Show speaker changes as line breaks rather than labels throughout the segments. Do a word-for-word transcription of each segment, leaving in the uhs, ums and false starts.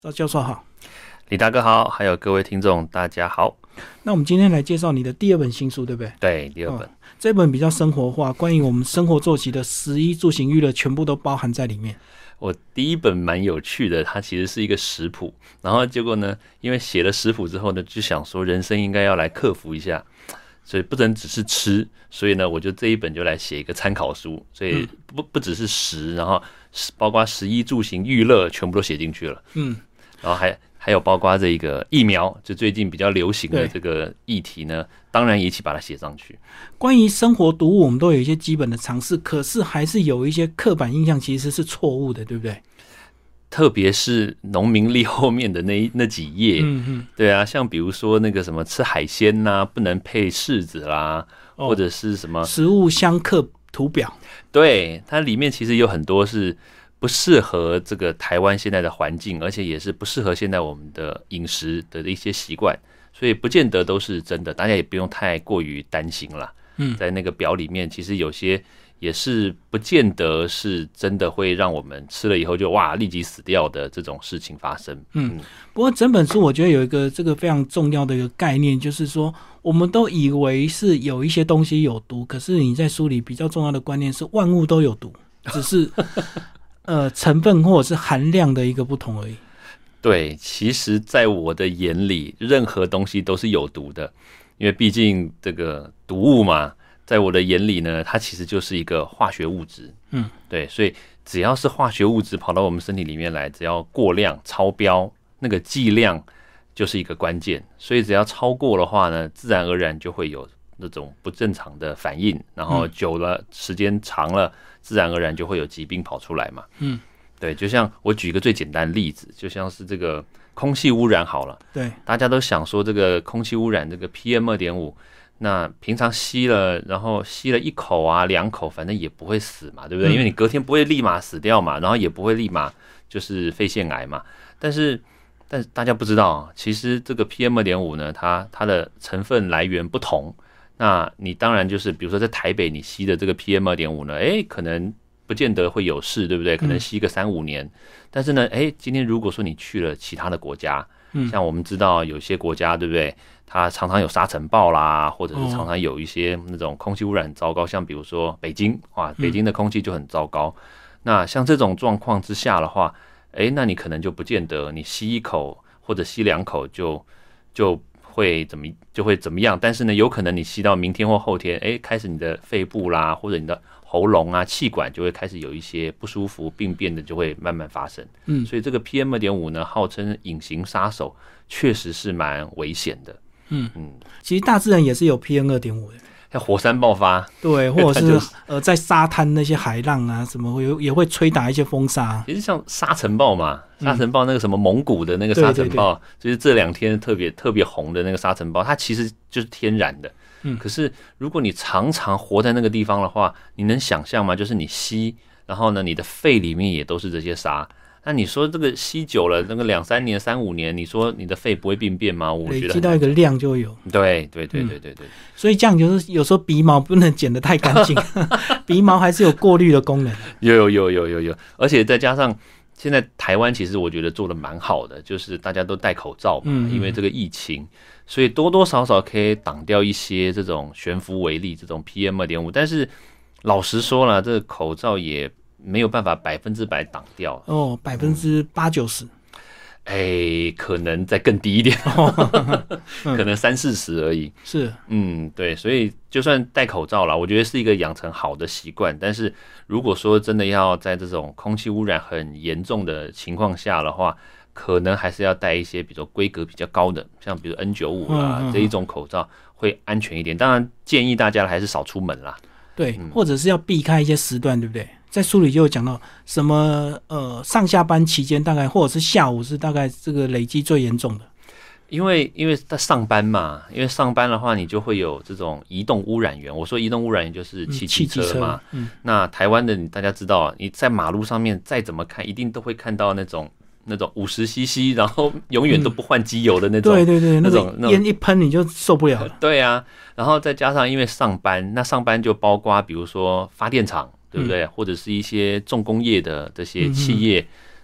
赵教授好。
李大哥好，还有各位听众大家好。
那我们今天来介绍你的第二本新书，对不对？
对，第二本、哦、
这本比较生活化，关于我们生活作息的食衣住行娱乐全部都包含在里面。
我第一本蛮有趣的，它其实是一个食谱，然后结果呢，因为写了食谱之后呢，就想说人生应该要来克服一下，所以不能只是吃，所以呢，我就这一本就来写一个参考书，所以不不只是食，然后包括食衣住行娱乐全部都写进去了。嗯，然后还还有包括这个疫苗，就最近比较流行的这个议题呢，当然也一起把它写上去。
关于生活读物，我们都有一些基本的常识，可是还是有一些刻板印象其实是错误的，对不对？
特别是农民历后面的那那几页，嗯嗯，对啊，像比如说那个什么吃海鲜呐、啊，不能配柿子啦，哦、或者是什么
食物相克图表，
对，它里面其实有很多是不适合这个台湾现在的环境，而且也是不适合现在我们的饮食的一些习惯，所以不见得都是真的，大家也不用太过于担心啦。嗯，在那个表里面，其实有些也是不见得是真的会让我们吃了以后就哇立即死掉的这种事情发生。嗯，
不过整本书我觉得有一个这个非常重要的一个概念，就是说我们都以为是有一些东西有毒，可是你在书里比较重要的观念是万物都有毒，只是呃成分或者是含量的一个不同而已。
对，其实在我的眼里，任何东西都是有毒的，因为毕竟这个毒物嘛。在我的眼里呢，它其实就是一个化学物质，嗯，对，所以只要是化学物质跑到我们身体里面来，只要过量超标，那个剂量就是一个关键，所以只要超过的话呢，自然而然就会有那种不正常的反应，然后久了时间长了，自然而然就会有疾病跑出来嘛，嗯，对，就像我举一个最简单的例子，就像是这个空气污染好了，对，大家都想说这个空气污染这个 P M 二点五。那平常吸了，然后吸了一口啊、两口，反正也不会死嘛，对不对？嗯、因为你隔天不会立马死掉嘛，然后也不会立马就是肺腺癌嘛。但是，但是大家不知道，其实这个 P M 二点五 呢，它它的成分来源不同。那你当然就是，比如说在台北你吸的这个 P M 二点五 呢，哎，可能不见得会有事，对不对？可能吸个三五年。嗯、但是呢，哎，今天如果说你去了其他的国家，嗯、像我们知道有些国家，对不对？它常常有沙尘暴啦，或者是常常有一些那种空气污染很糟糕，像比如说北京，哇，北京的空气就很糟糕。嗯、那像这种状况之下的话，哎，那你可能就不见得你吸一口或者吸两口就就会怎么就会怎么样，但是呢，有可能你吸到明天或后天，哎，开始你的肺部啦或者你的喉咙啊、气管就会开始有一些不舒服、病变的就会慢慢发生。嗯，所以这个 P M 二点五 呢，号称隐形杀手，确实是蛮危险的。嗯嗯，
其实大自然也是有 P M 二点五 的，
像火山爆发，
对，或者是、就是、呃在沙滩那些海浪啊什么会也会吹打一些风沙。
其实像沙尘暴嘛，沙尘暴那个什么蒙古的那个沙尘暴，嗯、就是这两天特别特别红的那个沙尘暴，它其实就是天然的。嗯，可是如果你常常活在那个地方的话，你能想象吗？就是你吸，然后呢，你的肺里面也都是这些沙。那你说这个吸久了，那个两三年、三五年，你说你的肺不会病变吗？我觉得
累积到一个量就有。
对对对对对对、嗯。
所以这样就是有时候鼻毛不能剪得太干净，鼻毛还是有过滤的功能。
有有有有有有，而且再加上现在台湾其实我觉得做得蛮好的，就是大家都戴口罩嘛，嗯嗯因为这个疫情，所以多多少少可以挡掉一些这种悬浮微粒、这种 P M 二点五。但是老实说了，这个口罩也没有办法百分之百挡掉
哦，百分之八九十，
哎，可能再更低一点，可能三四十而已。
是，
嗯，对，所以就算戴口罩啦，我觉得是一个养成好的习惯。但是如果说真的要在这种空气污染很严重的情况下的话，可能还是要戴一些比如规格比较高的，像比如 N 九十五 啦、嗯嗯、这一种口罩会安全一点。当然建议大家还是少出门啦。
对，嗯、或者是要避开一些时段，对不对？在书里就有讲到什么呃上下班期间大概或者是下午是大概这个累积最严重的。
因为因为在上班嘛，因为上班的话你就会有这种移动污染源。我说移动污染源就是汽汽车嘛。嗯、那台湾的大家知道，你在马路上面再怎么看，一定都会看到那种那种五十 C C， 然后永远都不换机油的那种。嗯、对对对，那种
烟一喷你就受不了了。
对啊，然后再加上因为上班，那上班就包括比如说发电厂。对不对？嗯、或者是一些重工业的这些企业，嗯、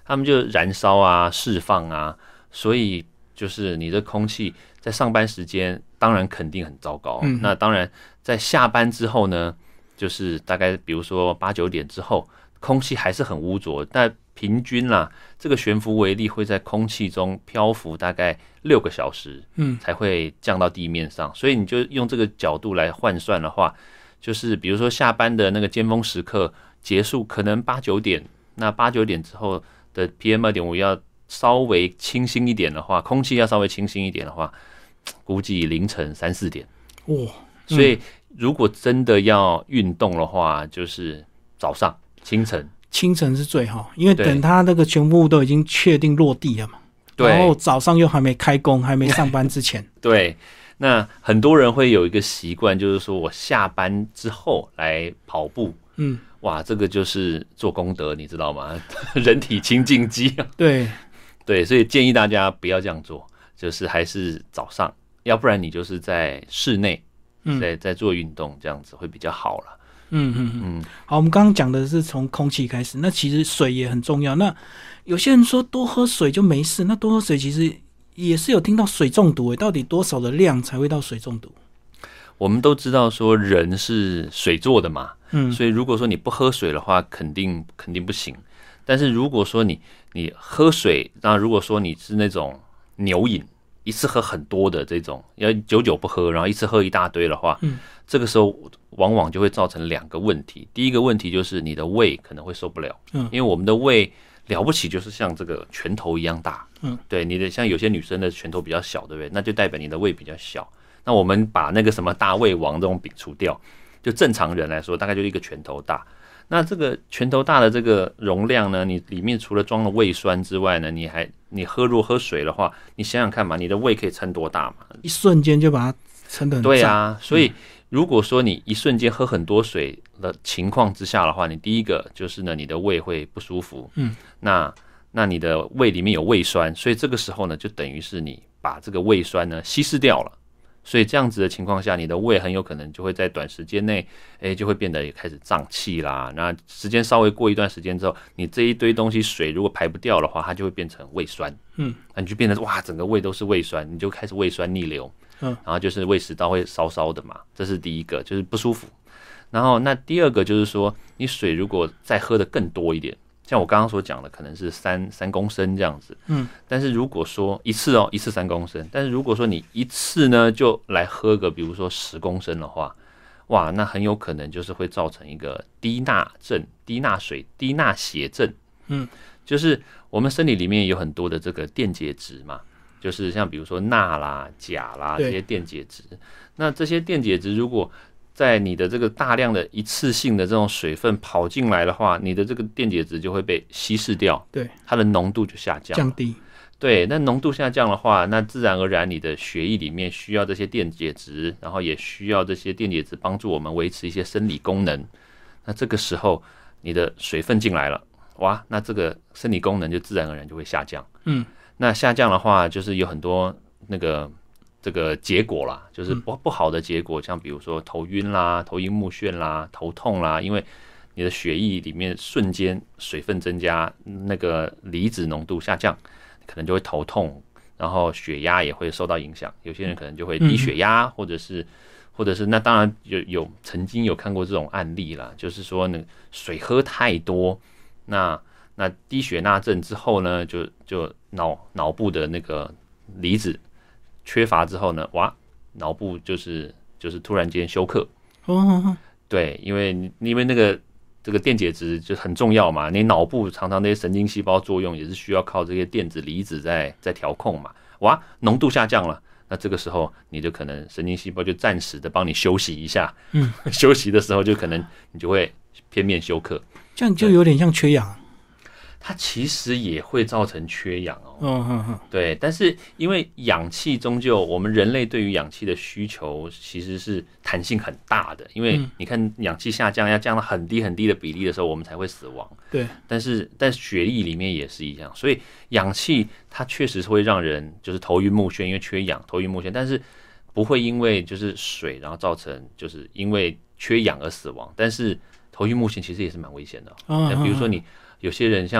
他们就燃烧啊、释放啊，所以就是你的空气在上班时间当然肯定很糟糕。嗯、那当然在下班之后呢，就是大概比如说八九点之后，空气还是很污浊，但平均啦，这个悬浮微粒会在空气中漂浮大概六个小时，嗯，才会降到地面上。所以你就用这个角度来换算的话，就是比如说下班的那个尖峰时刻结束，可能八九点，那八九点之后的 P M 二点五 要稍微清新一点的话，空气要稍微清新一点的话，估计凌晨三四点。哇、哦！嗯、所以如果真的要运动的话，就是早上清晨。
清晨是最好，因为等它那个全部都已经确定落地了嘛。对。然后早上又还没开工，还没上班之前。
对。那很多人会有一个习惯，就是说我下班之后来跑步。嗯。哇，这个就是做功德，你知道吗？人体清净机。
对。
对，所以建议大家不要这样做，就是还是早上，要不然你就是在室内，在在做运动，这样子会比较好了。
嗯嗯嗯，好，我们刚刚讲的是从空气开始，那其实水也很重要。那有些人说多喝水就没事，那多喝水其实也是有听到水中毒，到底多少的量才会到水中毒？
我们都知道说人是水做的嘛，嗯，所以如果说你不喝水的话，肯定肯定不行。但是如果说你你喝水，那如果说你是那种牛饮，一次喝很多的这种，要久久不喝，然后一次喝一大堆的话，嗯，这个时候往往就会造成两个问题。第一个问题就是你的胃可能会受不了，嗯，因为我们的胃了不起就是像这个拳头一样大，嗯，对，你的像有些女生的拳头比较小，对不对？那就代表你的胃比较小。那我们把那个什么大胃王这种摒除掉，就正常人来说，大概就一个拳头大。那这个拳头大的这个容量呢，你里面除了装了胃酸之外呢，你还你喝如果喝水的话，你想想看嘛，你的胃可以撑多大嘛？
一瞬间就把它撑得很大。
对啊，所以如果说你一瞬间喝很多水的情况之下的话，你第一个就是呢，你的胃会不舒服。嗯，那那你的胃里面有胃酸，所以这个时候呢，就等于是你把这个胃酸呢稀释掉了。所以这样子的情况下，你的胃很有可能就会在短时间内，哎，就会变得也开始胀气啦。那时间稍微过一段时间之后，你这一堆东西水如果排不掉的话，它就会变成胃酸。嗯，那你就变成哇，整个胃都是胃酸，你就开始胃酸逆流。嗯，然后就是胃食道会烧烧的嘛，这是第一个，就是不舒服。然后那第二个就是说，你水如果再喝的更多一点。像我刚刚所讲的，可能是三三公升这样子，嗯，但是如果说一次哦，一次三公升，但是如果说你一次呢就来喝个，比如说十公升的话，哇，那很有可能就是会造成一个低钠症、低钠水、低钠血症，嗯，就是我们身体里面有很多的这个电解质嘛，就是像比如说钠啦、钾啦这些电解质，那这些电解质如果在你的这个大量的一次性的这种水分跑进来的话，你的这个电解质就会被稀释掉，
对，
它的浓度就下降，
降低。
对，那浓度下降的话，那自然而然你的血液里面需要这些电解质，然后也需要这些电解质帮助我们维持一些生理功能。那这个时候你的水分进来了，哇，那这个生理功能就自然而然就会下降。嗯，那下降的话，就是有很多那个。这个结果啦，就是不不好的结果，像比如说头晕啦、头晕目眩啦、头痛啦，因为你的血液里面瞬间水分增加，那个离子浓度下降，可能就会头痛，然后血压也会受到影响。有些人可能就会低血压，或者是或者是那当然有有曾经有看过这种案例啦，就是说呢水喝太多，那那低血钠症之后呢，就就脑脑部的那个离子。缺乏之后呢，哇，脑部就是就是突然间休克。哦，对，因为因为那个这个电解质就很重要嘛，你脑部常常那些神经细胞作用也是需要靠这些电子离子在在调控嘛。哇，浓度下降了，那这个时候你就可能神经细胞就暂时的帮你休息一下。嗯，休息的时候就可能你就会片面休克，
这样就有点像缺氧。
它其实也会造成缺氧哦。
嗯嗯嗯，
对，但是因为氧气终究，我们人类对于氧气的需求其实是弹性很大的。因为你看氧气下降，要降到很低很低的比例的时候，我们才会死亡。
对，
但是但血液里面也是一样，所以氧气它确实是会让人就是头晕目眩，因为缺氧头晕目眩，但是不会因为就是水然后造成就是因为缺氧而死亡。但是头晕目眩其实也是蛮危险的。嗯嗯嗯，比如说你。有些人像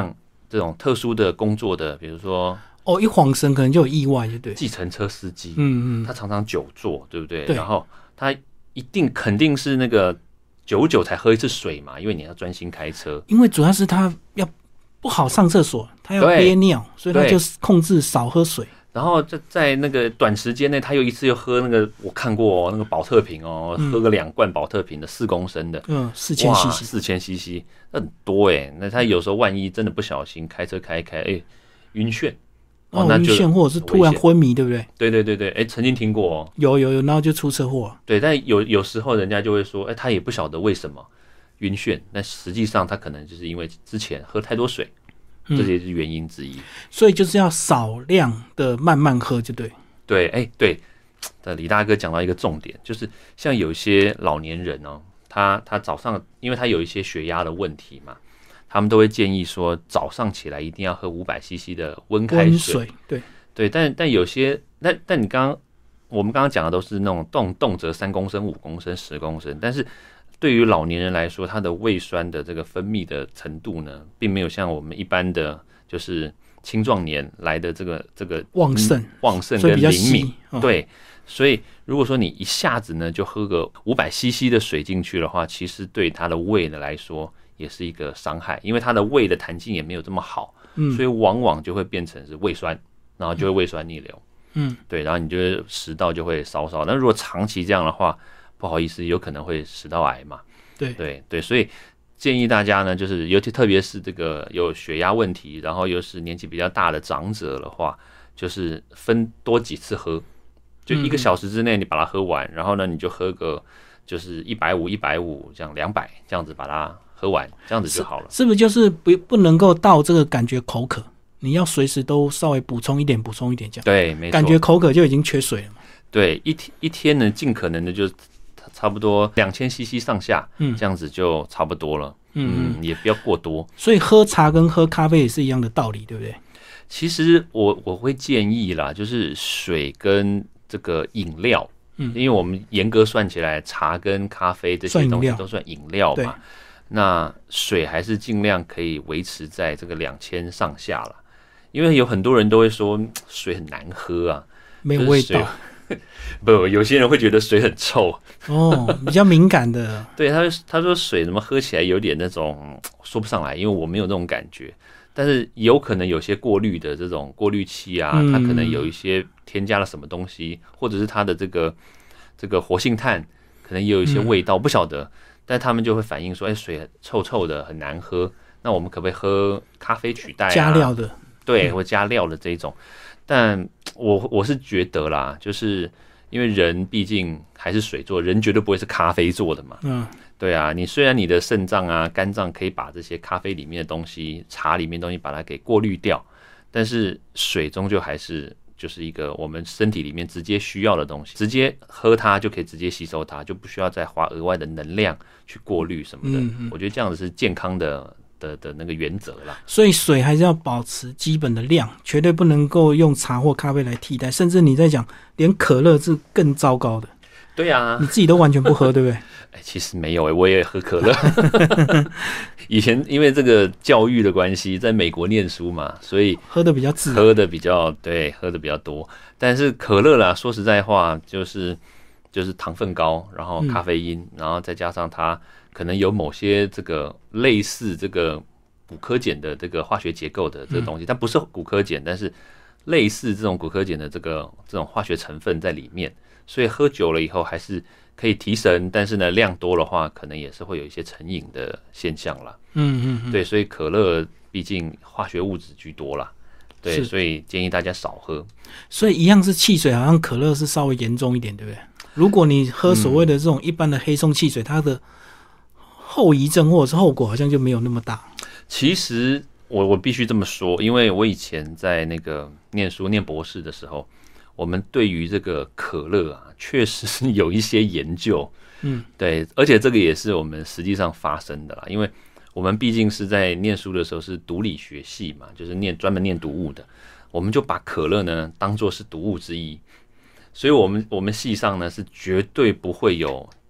这种特殊的工作的，比如说
哦，一晃神可能就有意外，就对。
计程车司机，
嗯嗯，
他常常久坐，对不对？
对，
然后他一定肯定是那个久久才喝一次水嘛，因为你要专心开车。
因为主要是他要不好上厕所，他要憋尿，所以他就控制少喝水。
然后在在那个短时间内，他又一次又喝那个，我看过哦，那个保特瓶哦，嗯、喝个两罐保特瓶的四公升的，
嗯，四千 C C，
四千 C C， 那很多哎。那他有时候万一真的不小心开车开一开，哎，晕眩，
哦，晕眩或者是突然昏迷，对不对？
对对对对，哎，曾经听过哦，
有有有，然后就出车祸、啊。
对，但有有时候人家就会说，哎，他也不晓得为什么晕眩，但实际上他可能就是因为之前喝太多水。这也是原因之一、嗯，
所以就是要少量的慢慢喝，就对。
对，哎、欸，对，李大哥讲到一个重点，就是像有一些老年人哦，他他早上，因为他有一些血压的问题嘛，他们都会建议说，早上起来一定要喝五百 C C 的温开水。
温水，对
对，但但有些，但但你刚刚我们刚刚讲的都是那种动动辄三公升、五公升、十公升，但是。对于老年人来说，他的胃酸的这个分泌的程度呢，并没有像我们一般的，就是青壮年来的这个这个
旺盛、嗯、
旺盛跟灵敏。哦、对，所以如果说你一下子呢就喝个五百 C C 的水进去的话，其实对他的胃呢来说也是一个伤害，因为他的胃的弹性也没有这么好，嗯，所以往往就会变成是胃酸，然后就会胃酸逆流，嗯，对，然后你就会食道就会烧烧。那如果长期这样的话，不好意思，有可能会食道癌嘛？
对
对对，所以建议大家呢，就是尤其特别是这个有血压问题，然后又是年纪比较大的长者的话，就是分多几次喝，就一个小时之内你把它喝完，嗯、然后呢你就喝个就是一百五、一百五这样两百这样子把它喝完，这样子就好了。
是, 是不是就是不不能够到这个感觉口渴，你要随时都稍微补充一点，补充一点这样。
对，没错，
感觉口渴就已经缺水了嘛。
对，一天一天呢，尽可能的就。差不多两千 C C 上下，嗯，这样子就差不多了，嗯, 嗯，也不要过多。
所以喝茶跟喝咖啡也是一样的道理，对不对？
其实我我会建议啦，就是水跟这个饮料，嗯，因为我们严格算起来，茶跟咖啡这些东西都算饮料嘛。那水还是尽量可以维持在这个两千上下了，因为有很多人都会说水很难喝啊，
没有味道。
不，有些人会觉得水很臭
哦，比较敏感的。
对，他他说水怎么喝起来有点那种说不上来，因为我没有那种感觉。但是有可能有些过滤的这种过滤器啊，嗯、它可能有一些添加了什么东西，或者是它的这个这个活性炭可能也有一些味道，嗯、不晓得。但他们就会反映说，哎，水臭臭的很难喝。那我们可不可以喝咖啡取代、啊、
加料的？
对，或加料的这一种。但我我是觉得啦，就是因为人毕竟还是水做，人绝对不会是咖啡做的嘛。嗯，对啊，你虽然你的肾脏啊、肝脏可以把这些咖啡里面的东西、茶里面的东西把它给过滤掉，但是水终究还是就是一个我们身体里面直接需要的东西，直接喝它就可以直接吸收它，就不需要再花额外的能量去过滤什么的。嗯嗯，我觉得这样子是健康的。的的那个原则啦，
所以水还是要保持基本的量，绝对不能够用茶或咖啡来替代，甚至你在讲连可乐是更糟糕的。
对啊，
你自己都完全不喝，对不对？
哎，其实没有哎、欸，我也喝可乐。以前因为这个教育的关系，在美国念书嘛，所以
喝的比较自然，
喝的比较对，喝的比较多。但是可乐啦，说实在话，就是就是糖分高，然后咖啡因，嗯、然后再加上它。可能有某些这个类似这个骨科碱的这个化学结构的这个东西，它不是骨科碱，但是类似这种骨科碱的这个这种化学成分在里面，所以喝久了以后还是可以提神，但是呢量多的话，可能也是会有一些成瘾的现象啦。嗯嗯嗯，对，所以可乐毕竟化学物质居多啦，对，所以建议大家少喝。
所以一样是汽水，好像可乐是稍微严重一点，对不对？如果你喝所谓的这种一般的黑松汽水，它的后遗症或者是后果好像就没有那么大。
其实我我必须这么说，因为我以前在那个念书念博士的时候，我们对于这个可乐啊，确实是有一些研究。嗯，对，而且这个也是我们实际上发生的啦，因为我们毕竟是在念书的时候是毒理学系嘛，就是念专门念毒物的，我们就把可乐呢当作是毒物之一，所以我们我们系上呢是绝对不会有。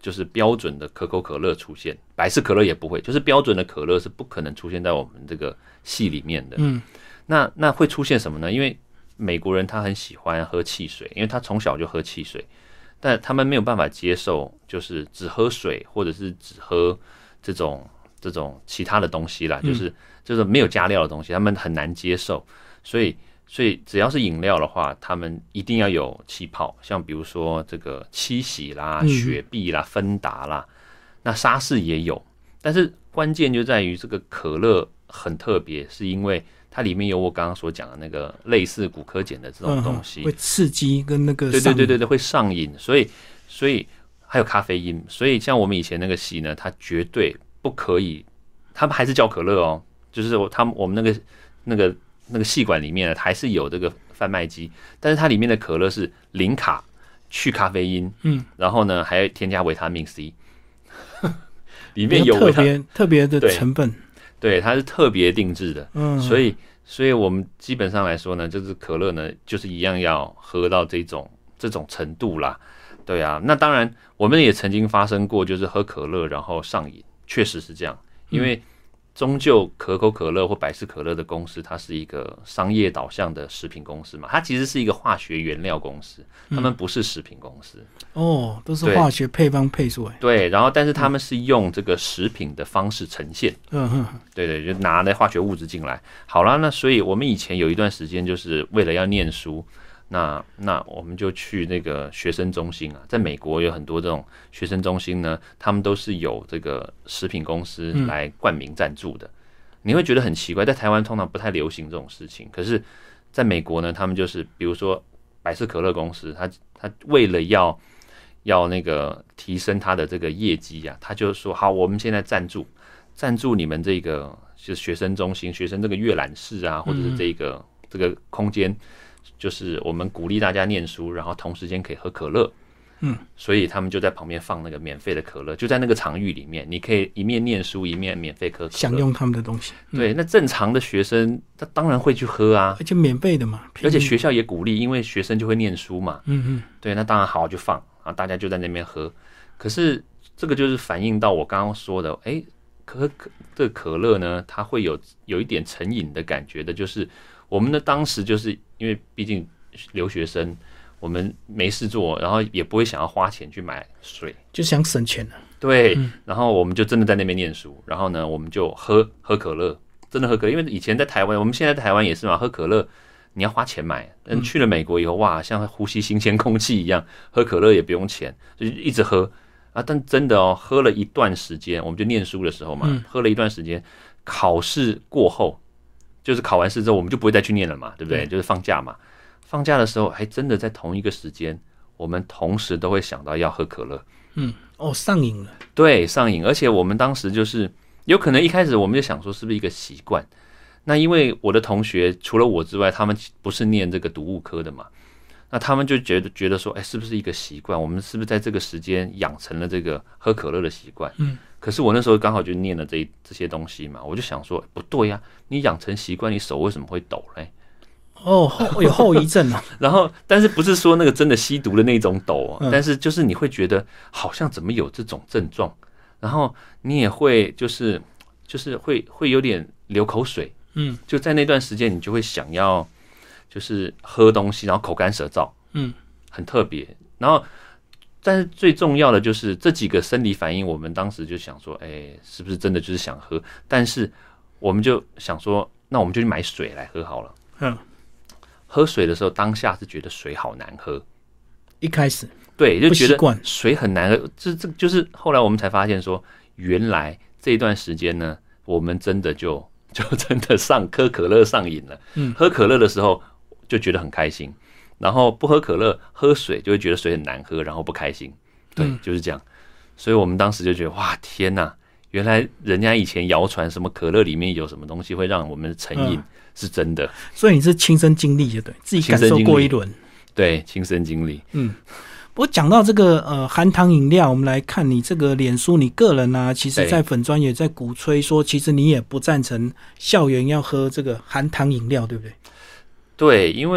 就是标准的可口可乐出现，百事可乐也不会，就是标准的可乐是不可能出现在我们这个系里面的。嗯，那那会出现什么呢？因为美国人他很喜欢喝汽水，因为他从小就喝汽水，但他们没有办法接受，就是只喝水或者是只喝这种这种其他的东西啦，就是就是没有加料的东西，他们很难接受，所以。所以只要是饮料的话，他们一定要有气泡，像比如说这个七喜啦、雪碧啦、芬达啦，那沙士也有。但是关键就在于这个可乐很特别，是因为它里面有我刚刚所讲的那个类似古柯碱的这种东西，
嗯、会刺激跟那个
对对对对对会上瘾，所以所以还有咖啡因，所以像我们以前那个系呢，它绝对不可以，他们还是叫可乐哦，就是他们我们那个那个。那个细管里面呢，还是有这个贩卖机，但是它里面的可乐是零卡、去咖啡因，嗯，然后呢还添加维他命 C， 里面有
特别特别的成分，
对，对，它是特别定制的，嗯，所以所以我们基本上来说呢，就是可乐呢，就是一样要喝到这种这种程度啦，对啊，那当然我们也曾经发生过，就是喝可乐然后上瘾，确实是这样，因为。嗯终究可口可乐或百事可乐的公司，它是一个商业导向的食品公司嘛，它其实是一个化学原料公司，他们不是食品公司。
嗯、哦，都是化学配方配出来。
对，然后但是他们是用这个食品的方式呈现。嗯哼，对对，就拿那化学物质进来。好啦，那所以我们以前有一段时间，就是为了要念书。那那我们就去那个学生中心啊，在美国有很多这种学生中心呢，他们都是有这个食品公司来冠名赞助的。嗯、你会觉得很奇怪，在台湾通常不太流行这种事情，可是在美国呢，他们就是比如说百事可乐公司，他他为了要要那个提升他的这个业绩啊，他就说好，我们现在赞助赞助你们这个就是学生中心、学生这个阅览室啊，或者是这个、嗯、这个空间。就是我们鼓励大家念书，然后同时间可以喝可乐，嗯，所以他们就在旁边放那个免费的可乐，就在那个场域里面，你可以一面念书一面免费喝可乐，
享用他们的东西。
嗯、对，那正常的学生他当然会去喝啊，
而且免费的嘛，
而且学校也鼓励，因为学生就会念书嘛，嗯嗯，对，那当然好就放啊，大家就在那边喝。可是这个就是反映到我刚刚说的，哎，可可这个可乐呢，它会有有一点成瘾的感觉的，就是我们的当时就是因为毕竟留学生，我们没事做，然后也不会想要花钱去买水，
就想省钱了。
对，嗯、然后我们就真的在那边念书，然后呢，我们就喝喝可乐，真的喝可乐，因为以前在台湾，我们现在在台湾也是嘛，喝可乐你要花钱买，但去了美国以后，哇，像呼吸新鲜空气一样，喝可乐也不用钱，就一直喝啊。但真的哦，喝了一段时间，我们就念书的时候嘛，嗯、喝了一段时间，考试过后。就是考完试之后，我们就不会再去念了嘛，对不对？嗯、就是放假嘛，放假的时候，还真的在同一个时间，我们同时都会想到要喝可乐。
嗯，哦，上瘾了。
对，上瘾，而且我们当时就是有可能一开始我们就想说是不是一个习惯。那因为我的同学除了我之外，他们不是念这个毒物科的嘛，那他们就觉得觉得说，哎，是不是一个习惯？我们是不是在这个时间养成了这个喝可乐的习惯？嗯。可是我那时候刚好就念了这这些东西嘛，我就想说不对呀、啊，你养成习惯，你手为什么会抖嘞？
哦，后有后遗症啊。
然后，但是不是说那个真的吸毒的那种抖、啊嗯、但是就是你会觉得好像怎么有这种症状，然后你也会就是就是会会有点流口水，嗯，就在那段时间你就会想要就是喝东西，然后口干舌燥，嗯，很特别，然后。但是最重要的就是这几个生理反应，我们当时就想说，哎、欸，是不是真的就是想喝？但是我们就想说，那我们就去买水来喝好了。嗯，喝水的时候，当下是觉得水好难喝。
一开始，
对，就觉得水很难喝。这这就是后来我们才发现说，原来这一段时间呢，我们真的就就真的上喝可乐上瘾了。嗯，喝可乐的时候就觉得很开心。然后不喝可乐，喝水就会觉得水很难喝，然后不开心。对，嗯、就是这样。所以我们当时就觉得，哇，天哪！原来人家以前谣传什么可乐里面有什么东西会让我们成瘾，嗯、是真的。
所以你是亲身经历，就对，自己感受过一轮。
对，亲身经历。
嗯，不过讲到这个呃含糖饮料，我们来看你这个脸书，你个人啊，其实在粉专也在鼓吹说，其实你也不赞成校园要喝这个含糖饮料，对不对？
对，因为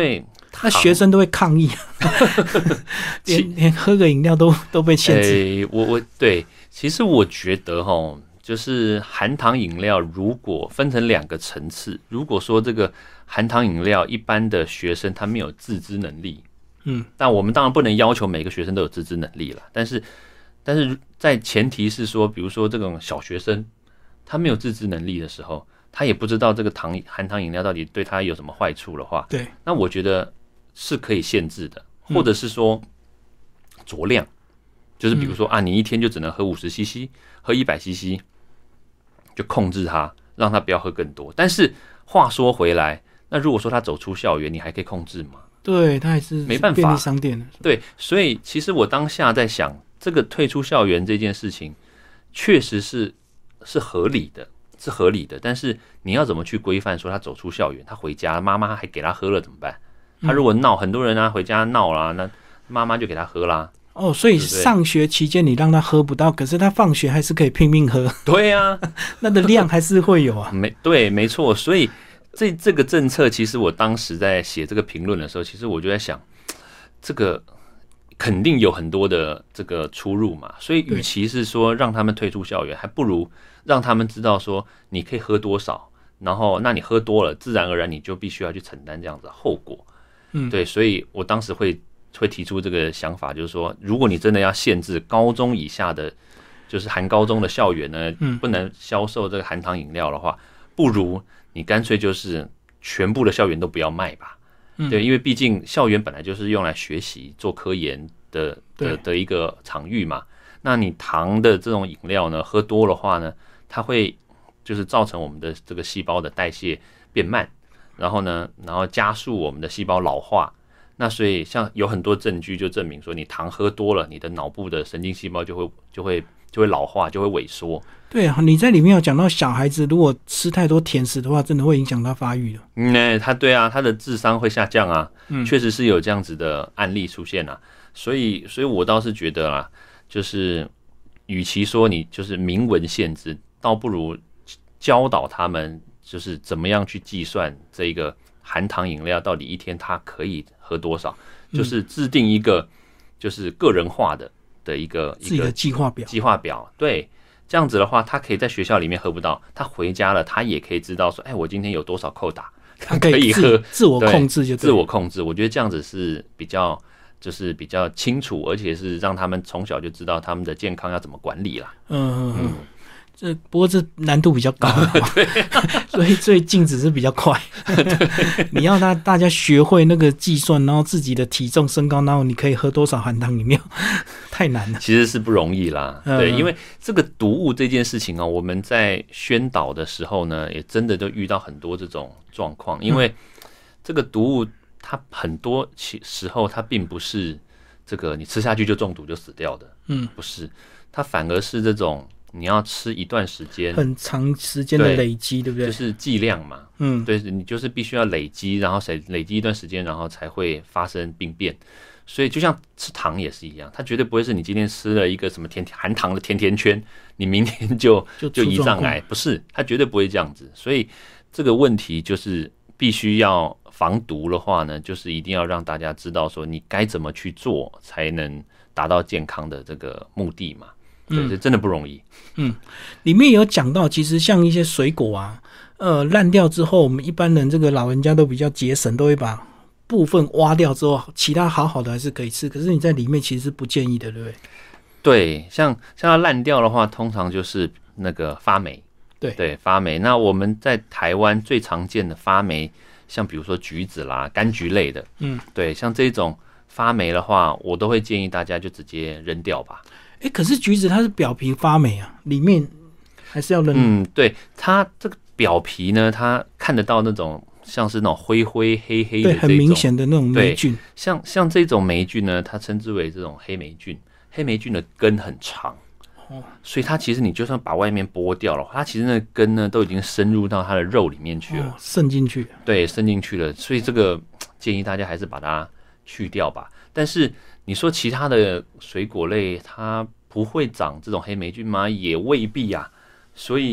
那学生都会抗议，连连喝个饮料都都被限制。
欸、我我对，其实我觉得哈，就是含糖饮料如果分成两个层次，如果说这个含糖饮料一般的学生他没有自知能力，嗯，但我们当然不能要求每个学生都有自知能力了，但是但是在前提是说，比如说这种小学生他没有自知能力的时候，他也不知道这个糖含糖饮料到底对他有什么坏处的话，
对，
那我觉得是可以限制的，或者是说酌量，就是比如说啊，你一天就只能喝五十 C C， 喝一百 C C， 就控制它，让他不要喝更多。但是话说回来，那如果说他走出校园，你还可以控制吗？
对，他还是
没办法，
便利商店。
对，所以其实我当下在想，这个退出校园这件事情，确实是是合理的，是合理的。但是你要怎么去规范说他走出校园，他回家，妈妈还给他喝了怎么办？他如果闹，很多人啊回家闹啦，那妈妈就给他喝啦。
哦，所以上学期间你让他喝不到，可是他放学还是可以拼命喝。
对啊，
那的量还是会有啊。
没对，没错。所以这这个政策，其实我当时在写这个评论的时候，其实我就在想，这个肯定有很多的这个出入嘛。所以，与其是说让他们退出校园，还不如让他们知道说你可以喝多少，然后那你喝多了，自然而然你就必须要去承担这样子的后果。嗯，对，所以我当时会会提出这个想法，就是说，如果你真的要限制高中以下的，就是含高中的校园呢，不能销售这个含糖饮料的话，不如你干脆就是全部的校园都不要卖吧。嗯、对，因为毕竟校园本来就是用来学习、做科研的的的一个场域嘛。那你糖的这种饮料呢，喝多的话呢，它会就是造成我们的这个细胞的代谢变慢。然后呢，然后加速我们的细胞老化。那所以像有很多证据就证明说，你糖喝多了，你的脑部的神经细胞就会就会就会老化，就会萎缩。
对啊，你在里面有讲到小孩子如果吃太多甜食的话，真的会影响他发育的。
嗯，欸、他对啊，他的智商会下降啊，嗯，确实是有这样子的案例出现啊。所以，所以我倒是觉得啦，就是与其说你就是明文限制，倒不如教导他们。就是怎么样去计算这个含糖饮料到底一天它可以喝多少，就是制定一个就是个人化的的一个
自己的计划表。
计划表，对，这样子的话，他可以在学校里面喝不到，他回家了，他也可以知道说，哎，我今天有多少扣打，他可以喝，
自我控制就对，
自我控制。我觉得这样子是比较就是比较清楚，而且是让他们从小就知道他们的健康要怎么管理啦。嗯嗯嗯。
这不过这难度比较高，所以所以静止是比较快。你要他大家学会那个计算，然后自己的体重、身高，然后你可以喝多少含糖饮料，太难了。
其实是不容易啦，对，因为这个毒物这件事情啊，我们在宣导的时候呢，也真的就遇到很多这种状况，因为这个毒物它很多时候它并不是这个你吃下去就中毒就死掉的，嗯，不是，它反而是这种。你要吃一段时间，
很长时间的累积， 对, 对不对？
就是剂量嘛，嗯，对，你就是必须要累积，然后才累积一段时间，然后才会发生病变。所以就像吃糖也是一样，它绝对不会是你今天吃了一个什么甜含糖的甜甜圈，你明天就就胰脏癌，不是，它绝对不会这样子。所以这个问题就是必须要防毒的话呢，就是一定要让大家知道说你该怎么去做，才能达到健康的这个目的嘛。对，这真的不容易。
嗯，里面有讲到，其实像一些水果啊，呃，烂掉之后，我们一般人这个老人家都比较节省，都会把部分挖掉之后，其他好好的还是可以吃。可是你在里面其实是不建议的，对不对？
对，像像它烂掉的话，通常就是那个发霉。
对
对，发霉。那我们在台湾最常见的发霉，像比如说橘子啦、柑橘类的，嗯，对，像这种发霉的话，我都会建议大家就直接扔掉吧。
哎、欸，可是橘子它是表皮发霉啊，里面还是要扔。
嗯，对，它这个表皮呢，它看得到那种像是那种灰灰黑黑的这种，
对，很明显的那种霉菌。
像像这种霉菌呢，它称之为这种黑霉菌。黑霉菌的根很长，哦，所以它其实你就算把外面剥掉了，它其实那个根呢都已经深入到它的肉里面去了，
哦、渗进去。
对，渗进去了。所以这个建议大家还是把它去掉吧。但是你说其他的水果类它不会长这种黑霉菌吗？也未必啊。所以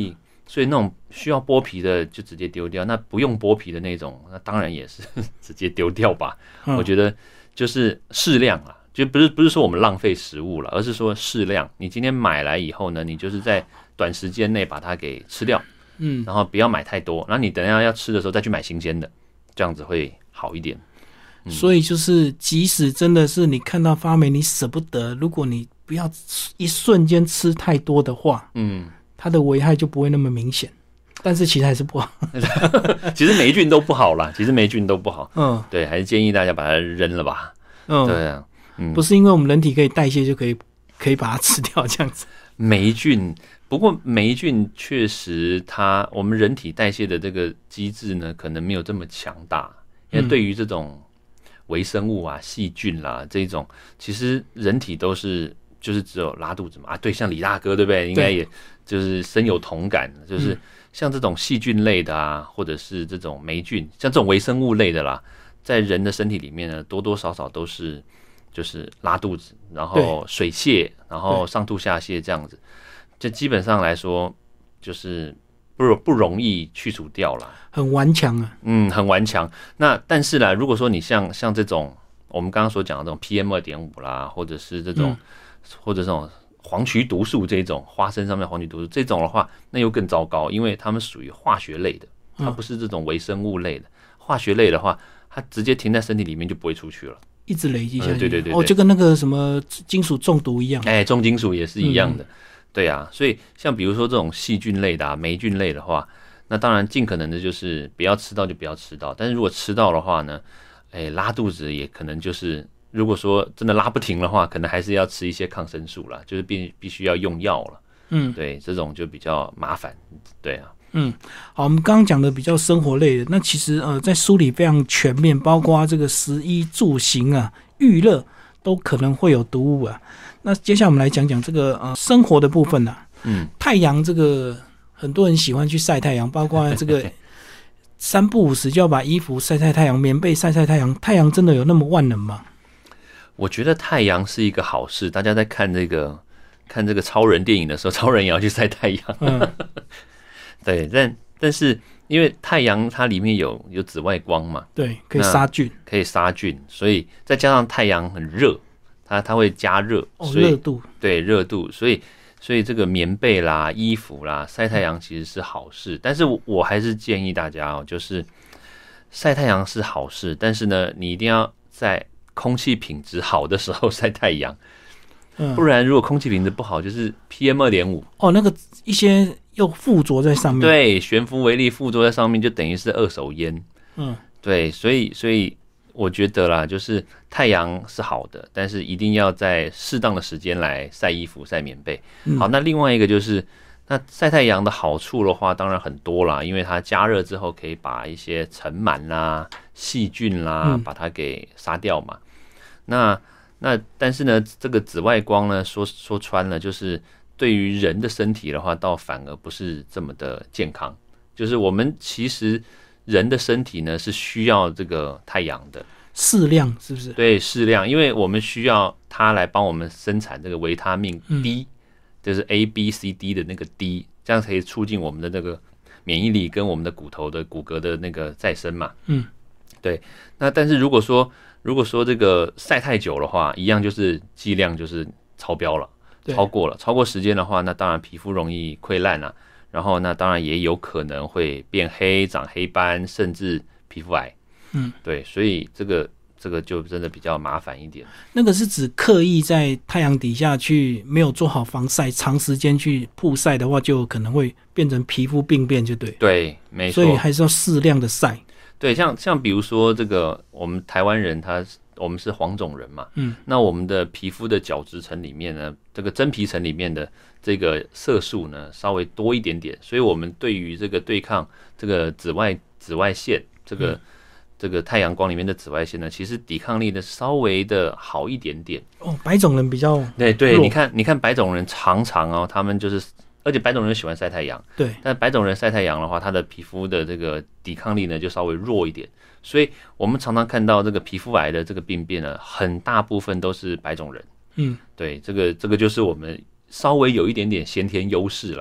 所以那种需要剥皮的就直接丢掉，那不用剥皮的那种，那当然也是直接丢掉吧。嗯、我觉得就是适量啦，就不是不是说我们浪费食物了，而是说适量。你今天买来以后呢，你就是在短时间内把它给吃掉，嗯，然后不要买太多，然后你等一下要吃的时候再去买新鲜的，这样子会好一点。
嗯、所以就是，即使真的是你看到发霉，你舍不得，如果你不要一瞬间吃太多的话，嗯。它的危害就不会那么明显，但是其实还是不好。
其实霉菌都不好啦，其实霉菌都不好。嗯，对，还是建议大家把它扔了吧。嗯，对啊，
嗯，不是因为我们人体可以代谢就可以可以把它吃掉这样子。
霉菌，不过霉菌确实它我们人体代谢的这个机制呢，可能没有这么强大，因为对于这种微生物啊、细菌啦这种，其实人体都是。就是只有拉肚子嘛啊，对，像李大哥对不对？应该也就是深有同感，就是像这种细菌类的啊，或者是这种霉菌，像这种微生物类的啦，在人的身体里面呢，多多少少都是就是拉肚子，然后水泻，然后上吐下泻这样子，这基本上来说就是不不容易去除掉啦，
很顽强啊，
嗯，很顽强。那但是啦，如果说你像像这种我们刚刚所讲的这种 P M 二点五 啦，或者是这种。嗯或者这种黄曲毒素这种花生上面黄曲毒素这种的话，那又更糟糕，因为它们属于化学类的，它不是这种微生物类的。化学类的话，它直接停在身体里面就不会出去了，
一直累积下去。
嗯、对对 对, 对，
哦，就跟那个什么金属中毒一样。
哎，重金属也是一样的。嗯、对啊，所以像比如说这种细菌类的、啊、霉菌类的话，那当然尽可能的就是不要吃到就不要吃到，但是如果吃到的话呢，哎，拉肚子也可能就是。如果说真的拉不停的话，可能还是要吃一些抗生素啦，就是必必须要用药了。嗯，对，这种就比较麻烦。对啊，
嗯，好，我们刚刚讲的比较生活类的，那其实呃，在书里非常全面，包括这个食衣住行啊、娱乐都可能会有毒物啊。那接下来我们来讲讲这个呃生活的部分啊。嗯，太阳这个很多人喜欢去晒太阳，包括这个三不五时就要把衣服晒晒太阳，棉被晒晒太阳。太阳真的有那么万能吗？
我觉得太阳是一个好事，大家在看这个看这个超人电影的时候，超人也要去晒太阳。嗯、对，但但是因为太阳它里面有有紫外光嘛，
对，可以杀菌，
可以杀菌，所以再加上太阳很热，它它会加热，
哦，热度，
对，热度，所以所以这个棉被啦、衣服啦，晒太阳其实是好事。但是我还是建议大家哦，就是晒太阳是好事，但是呢，你一定要在空气品质好的时候晒太阳，嗯、不然如果空气品质不好，就是 P M 二点五
哦，那个一些又附着在上面，
对，悬浮微粒附着在上面，就等于是二手烟。嗯，对，所以所以我觉得啦，就是太阳是好的，但是一定要在适当的时间来晒衣服、晒棉被。嗯、好，那另外一个就是，那晒太阳的好处的话，当然很多啦，因为它加热之后可以把一些尘螨啦、细菌啦，嗯、把它给杀掉嘛。那那但是呢，这个紫外光呢，说说穿了，就是对于人的身体的话，倒反而不是这么的健康。就是我们其实人的身体呢是需要这个太阳的，
适量是不是？
对，适量，因为我们需要它来帮我们生产这个维他命 D，、嗯、就是 A B C D 的那个 D， 这样可以促进我们的那个免疫力跟我们的骨头的骨骼的那个再生嘛。嗯，对。那但是如果说如果说这个晒太久的话，一样就是剂量就是超标了，超过了，超过时间的话，那当然皮肤容易溃烂啊，然后那当然也有可能会变黑、长黑斑，甚至皮肤癌。嗯，对，所以这个这个就真的比较麻烦一点。
那个是指刻意在太阳底下去没有做好防晒，长时间去曝晒的话，就可能会变成皮肤病变，就对。
对，没错。
所以还是要适量的晒。
对，像像比如说这个，我们台湾人他我们是黄种人嘛，嗯，那我们的皮肤的角质层里面呢，这个真皮层里面的这个色素呢稍微多一点点，所以我们对于这个对抗这个紫外紫外线，这个、嗯、这个太阳光里面的紫外线呢，其实抵抗力呢稍微的好一点点。
哦，白种人比较
对对，你看你看白种人常常哦，他们就是。而且白种人喜欢晒太阳，
对，
但白种人晒太阳的话，他的皮肤的这个抵抗力呢就稍微弱一点，所以我们常常看到这个皮肤癌的这个病变呢，很大部分都是白种人。嗯，对，这个这个就是我们稍微有一点点先天优势啦。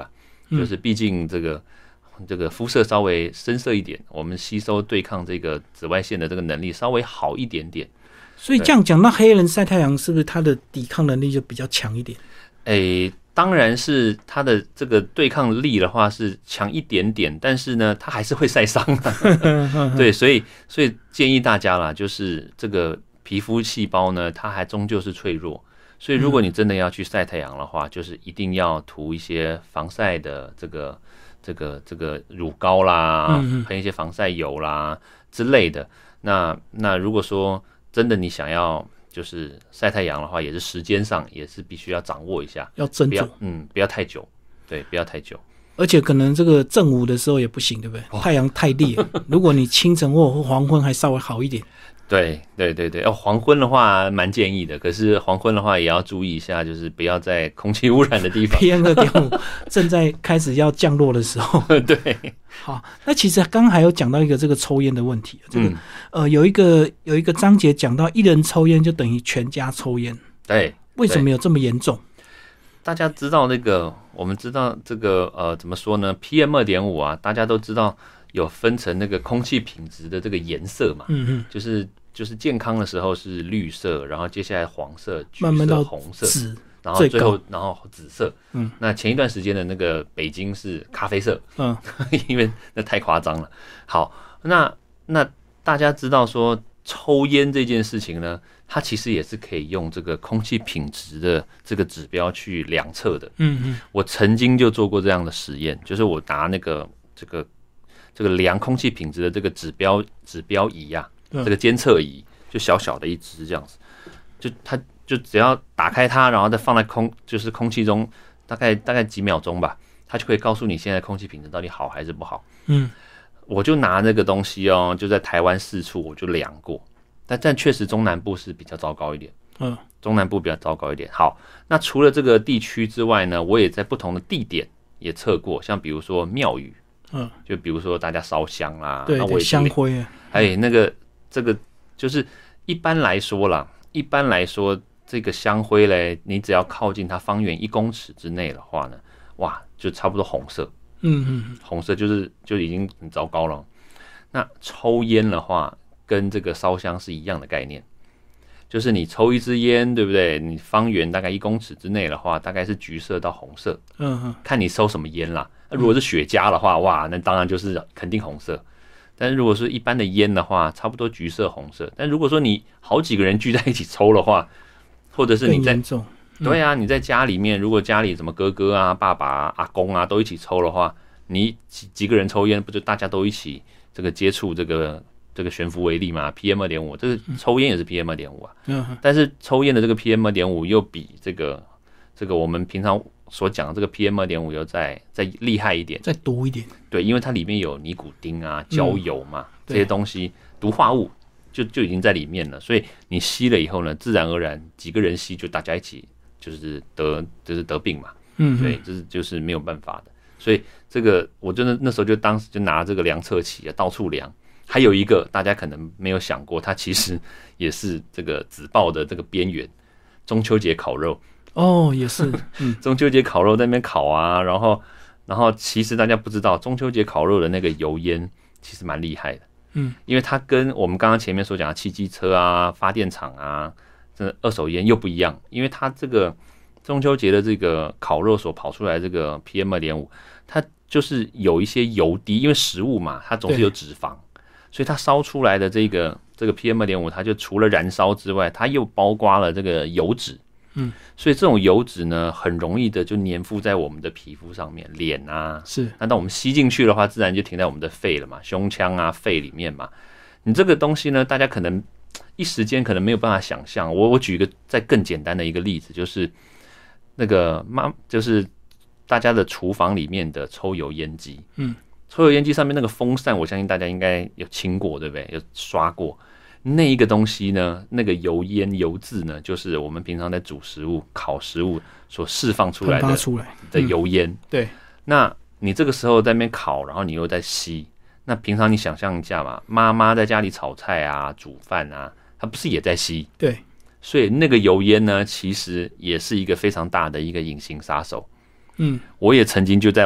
就是毕竟这个这个肤色稍微深色一点，我们吸收对抗这个紫外线的这个能力稍微好一点点。
所以这样讲，那黑人晒太阳是不是他的抵抗能力就比较强一点？
诶，当然是他的这个对抗力的话是强一点点，但是呢，他还是会晒伤啊。对，所以所以建议大家啦，就是这个皮肤细胞呢，它还终究是脆弱，所以如果你真的要去晒太阳的话，就是一定要涂一些防晒的这个这个这个乳膏啦，喷一些防晒油啦之类的。那那如果说真的你想要就是晒太阳的话，也是时间上也是必须要掌握一下，
要斟酌，
嗯，不要太久，对，不要太久。
而且可能这个正午的时候也不行，对不对？太阳太烈，如果你清晨或黄昏还稍微好一点。
对对对对，哦，黄昏的话蛮建议的，可是黄昏的话也要注意一下，就是不要在空气污染的地方。
P M 二点五 正在开始要降落的时候。
对，
好，那其实刚刚还有讲到一个这个抽烟的问题，这个、
嗯、
呃有一个有一个章节讲到一人抽烟就等于全家抽烟。
对，
为什么有这么严重？
大家知道那个，我们知道这个呃怎么说呢 ？P M 二点五 啊，大家都知道。有分成那个空气品质的这个颜色嘛，嗯嗯，就是就是健康的时候是绿色，然后接下来黄色、橘色、
慢慢到
红色，
紫，
然后最后然后紫色，嗯，那前一段时间的那个北京是咖啡色，嗯，因为那太夸张了。好，那那大家知道说抽烟这件事情呢，它其实也是可以用这个空气品质的这个指标去量测的，嗯嗯，我曾经就做过这样的实验，就是我拿那个这个。这个量空气品质的这个指标指标仪啊，这个监测仪就小小的一只这样子，就它就只要打开它，然后再放在空就是空气中，大概大概几秒钟吧，它就可以告诉你现在空气品质到底好还是不好。嗯，我就拿那个东西哦，就在台湾四处我就量过，但但确实中南部是比较糟糕一点。嗯，中南部比较糟糕一点。好，那除了这个地区之外呢，我也在不同的地点也测过，像比如说庙宇。嗯，就比如说大家烧香啦，
对对，香灰啊，
哎，那个这个就是一般来说啦，一般来说这个香灰嘞，你只要靠近它方圆一公尺之内的话呢，哇，就差不多红色，嗯嗯，红色就是就已经很糟糕了。那抽烟的话，跟这个烧香是一样的概念，就是你抽一支烟，对不对？你方圆大概一公尺之内的话，大概是橘色到红色，嗯嗯，看你抽什么烟啦。如果是雪茄的话，哇，那当然就是肯定红色。但是如果是一般的烟的话，差不多橘色、红色。但如果说你好几个人聚在一起抽的话，或者是你在
更严重、嗯、
对啊，你在家里面，如果家里什么哥哥啊、爸爸啊、阿公啊都一起抽的话，你几几个人抽烟，不就大家都一起这个接触这个这个悬浮微粒嘛 ？P M 二点五， 这个抽烟也是 P M 二点五 啊。嗯。但是抽烟的这个 P M 二点五 又比这个这个我们平常所讲的这个 P M 二点五 又再再厉害一点，
再毒一点。
对，因为它里面有尼古丁啊、焦油嘛、嗯、这些东西，毒化物就就已经在里面了，所以你吸了以后呢，自然而然几个人吸就大家一起就是得就是得病嘛。嗯，对，这是就是没有办法的。所以这个我真的那时候就当时就拿这个量测器啊到处量。还有一个大家可能没有想过，它其实也是这个紫爆的这个边缘，中秋节烤肉。
哦，也是，
嗯，中秋节烤肉在那边烤啊，然后，然后其实大家不知道，中秋节烤肉的那个油烟其实蛮厉害的，嗯，因为它跟我们刚刚前面所讲的汽机车啊、发电厂啊，这二手烟又不一样，因为它这个中秋节的这个烤肉所跑出来这个 P M 二点五， 它就是有一些油滴，因为食物嘛，它总是有脂肪，所以它烧出来的这个这个 P M 二点五， 它就除了燃烧之外，它又包括了这个油脂。嗯，所以这种油脂呢，很容易的就粘附在我们的皮肤上面，脸啊，
是。
那当我们吸进去的话，自然就停在我们的肺了嘛，胸腔啊、肺里面嘛。你这个东西呢，大家可能一时间可能没有办法想象。我我举一个再更简单的一个例子，就是那个妈，就是大家的厨房里面的抽油烟机，嗯，抽油烟机上面那个风扇，我相信大家应该有清过，对不对？有刷过。那一个东西呢，那个油烟油渍呢，就是我们平常在煮食物、烤食物所释放出来的
喷发出来
的油烟、嗯。对，那你这个时候在那边烤，然后你又在吸，那平常你想象一下嘛，妈妈在家里炒菜啊、煮饭啊，她不是也在吸？
对，
所以那个油烟呢，其实也是一个非常大的一个隐形杀手。嗯，我也曾经就在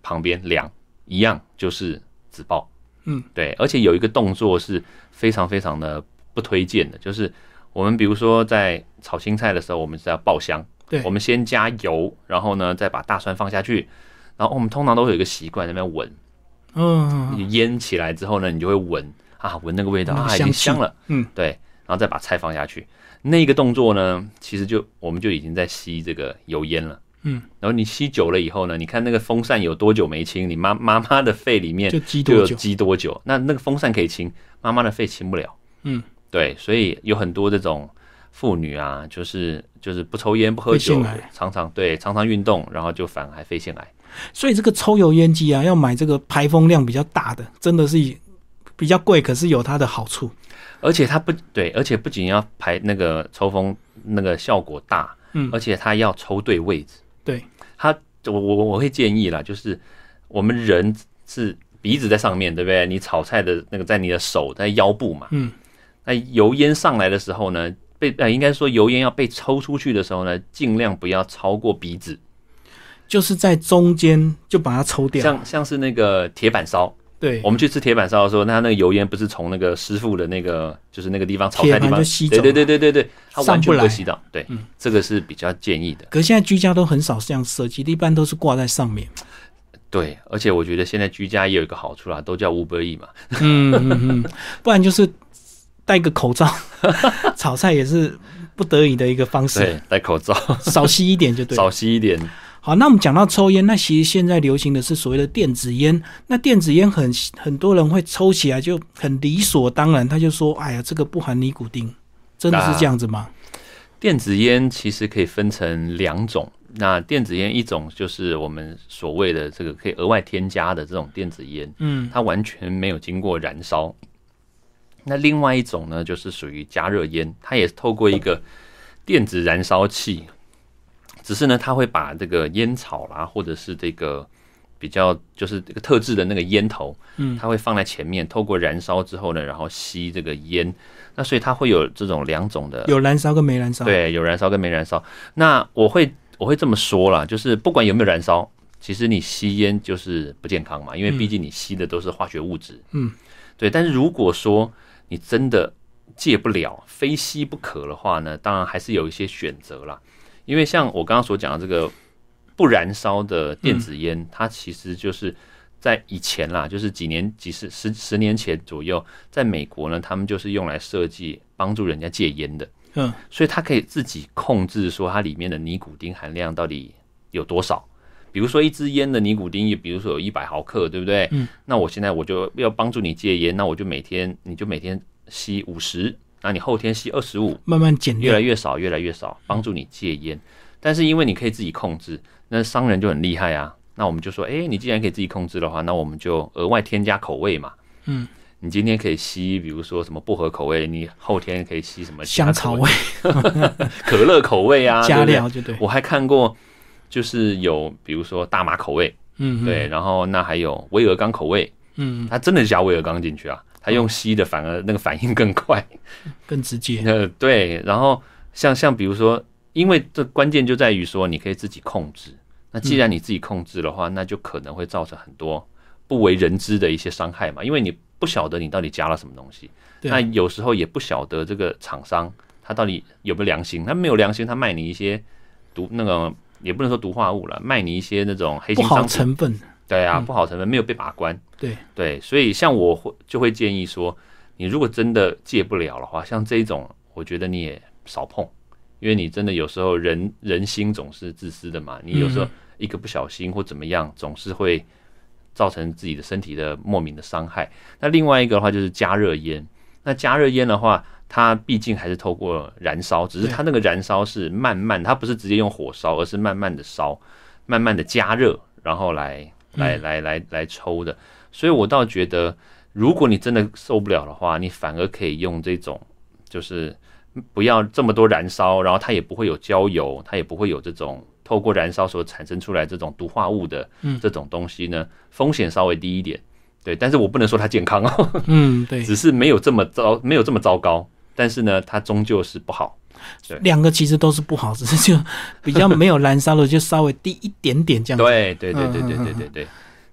旁边凉，一样就是自爆。
嗯，
对，而且有一个动作是非常非常的不推荐的，就是我们比如说在炒青菜的时候，我们是要爆香，
对，
我们先加油，然后呢再把大蒜放下去，然后我们通常都会有一个习惯，在那边闻，
嗯，
你腌起来之后呢，你就会闻啊，闻那个味道啊，已经香了，
嗯，
对，然后再把菜放下去，那个动作呢，其实就我们就已经在吸这个油烟了。
嗯，
然后你吸久了以后呢，你看那个风扇有多久没清，你妈妈妈的肺里面
就积
就有
多久？
积多久？那那个风扇可以清，妈妈的肺清不了。
嗯，
对，所以有很多这种妇女啊，就是就是不抽烟不喝酒，常常对常常运动，然后就反而还肺腺癌。
所以这个抽油烟机啊，要买这个排风量比较大的，真的是比较贵，可是有它的好处。
而且它不对，而且不仅要排那个抽风那个效果大，嗯，而且它要抽对位置。
对，
它我我我会建议啦，就是我们人是鼻子在上面，对不对？你炒菜的那个在你的手在腰部嘛，
嗯，
那油烟上来的时候呢，被呃应该说油烟要被抽出去的时候呢，尽量不要超过鼻子，
就是在中间就把它抽掉，
像像是那个铁板烧。
对，
我们去吃铁板烧的时候，那那个油烟不是从那个师傅的那个，就是那个地方炒菜地方，对对对对对对，它完全不会吸到。对、嗯，这个是比较建议的。
可是现在居家都很少这样设计，一般都是挂在上面。
对，而且我觉得现在居家也有一个好处啦，都叫 Uber Eats 嘛。
嗯嗯嗯，不然就是戴个口罩，炒菜也是不得已的一个方式。
对，戴口罩，
少吸一点就对，
少吸一点。
好，那我们讲到抽烟，那其实现在流行的是所谓的电子烟。那电子烟很很多人会抽起来就很理所当然，他就说：“哎呀，这个不含尼古丁。”真的是这样子吗？
电子烟其实可以分成两种。那电子烟一种就是我们所谓的这个可以额外添加的这种电子烟，嗯，它完全没有经过燃烧。那另外一种呢，就是属于加热烟，它也透过一个电子燃烧器。只是呢，他会把这个烟草啦，或者是这个比较就是这个特制的那个烟头，嗯，它会放在前面，透过燃烧之后呢，然后吸这个烟。那所以它会有这种两种的，
有燃烧跟没燃烧。
对，有燃烧跟没燃烧。那我会我会这么说啦，就是不管有没有燃烧，其实你吸烟就是不健康嘛，因为毕竟你吸的都是化学物质。嗯，对。但是如果说你真的戒不了，非吸不可的话呢，当然还是有一些选择啦。因为像我刚刚所讲的这个不燃烧的电子烟、嗯，它其实就是在以前啦，就是几年、几十、十十年前左右，在美国呢，他们就是用来设计帮助人家戒烟的。嗯，所以它可以自己控制说它里面的尼古丁含量到底有多少。比如说一支烟的尼古丁，比如说有一百毫克，对不对？嗯，那我现在我就要帮助你戒烟，那我就每天你就每天吸五十。那你后天吸二十五，
慢慢减，
越来越少，越来越少，帮助你戒烟。但是因为你可以自己控制，那商人就很厉害啊。那我们就说，哎、欸，你既然可以自己控制的话，那我们就额外添加口味嘛。嗯，你今天可以吸，比如说什么薄荷口味，你后天可以吸什么
香草味、
可乐口味啊，
加料就对。
我还看过，就是有比如说大麻口味，嗯，对，然后那还有威尔刚口味，嗯，他真的加威尔刚进去啊。他用吸的反而那个反应更快，
更直接。
呃，对。然后像像比如说，因为这关键就在于说，你可以自己控制。那既然你自己控制的话，嗯、那就可能会造成很多不为人知的一些伤害嘛。因为你不晓得你到底加了什么东西，那有时候也不晓得这个厂商他到底有没有良心。他没有良心，他卖你一些毒那个也不能说毒化物了，卖你一些那种黑心商品
不好成分。
对啊，不好成分没有被把关。
对
对，所以像我会就会建议说，你如果真的戒不了的话，像这一种，我觉得你也少碰，因为你真的有时候人人心总是自私的嘛，你有时候一个不小心或怎么样，总是会造成自己的身体的莫名的伤害。那另外一个的话就是加热烟，那加热烟的话，它毕竟还是透过燃烧，只是它那个燃烧是慢慢，它不是直接用火烧，而是慢慢的烧，慢慢的加热，然后来。来来来来抽的，所以我倒觉得，如果你真的受不了的话，你反而可以用这种，就是不要这么多燃烧，然后它也不会有焦油，它也不会有这种透过燃烧所产生出来这种毒化物的这种东西呢，风险稍微低一点，对，但是我不能说它健康哦，嗯，对，只是没有这么糟，没有这么糟糕，但是呢，它终究是不好。
两个其实都是不好，只是就比较没有燃烧的，就稍微低一点点这样子。
对对对对对对对对。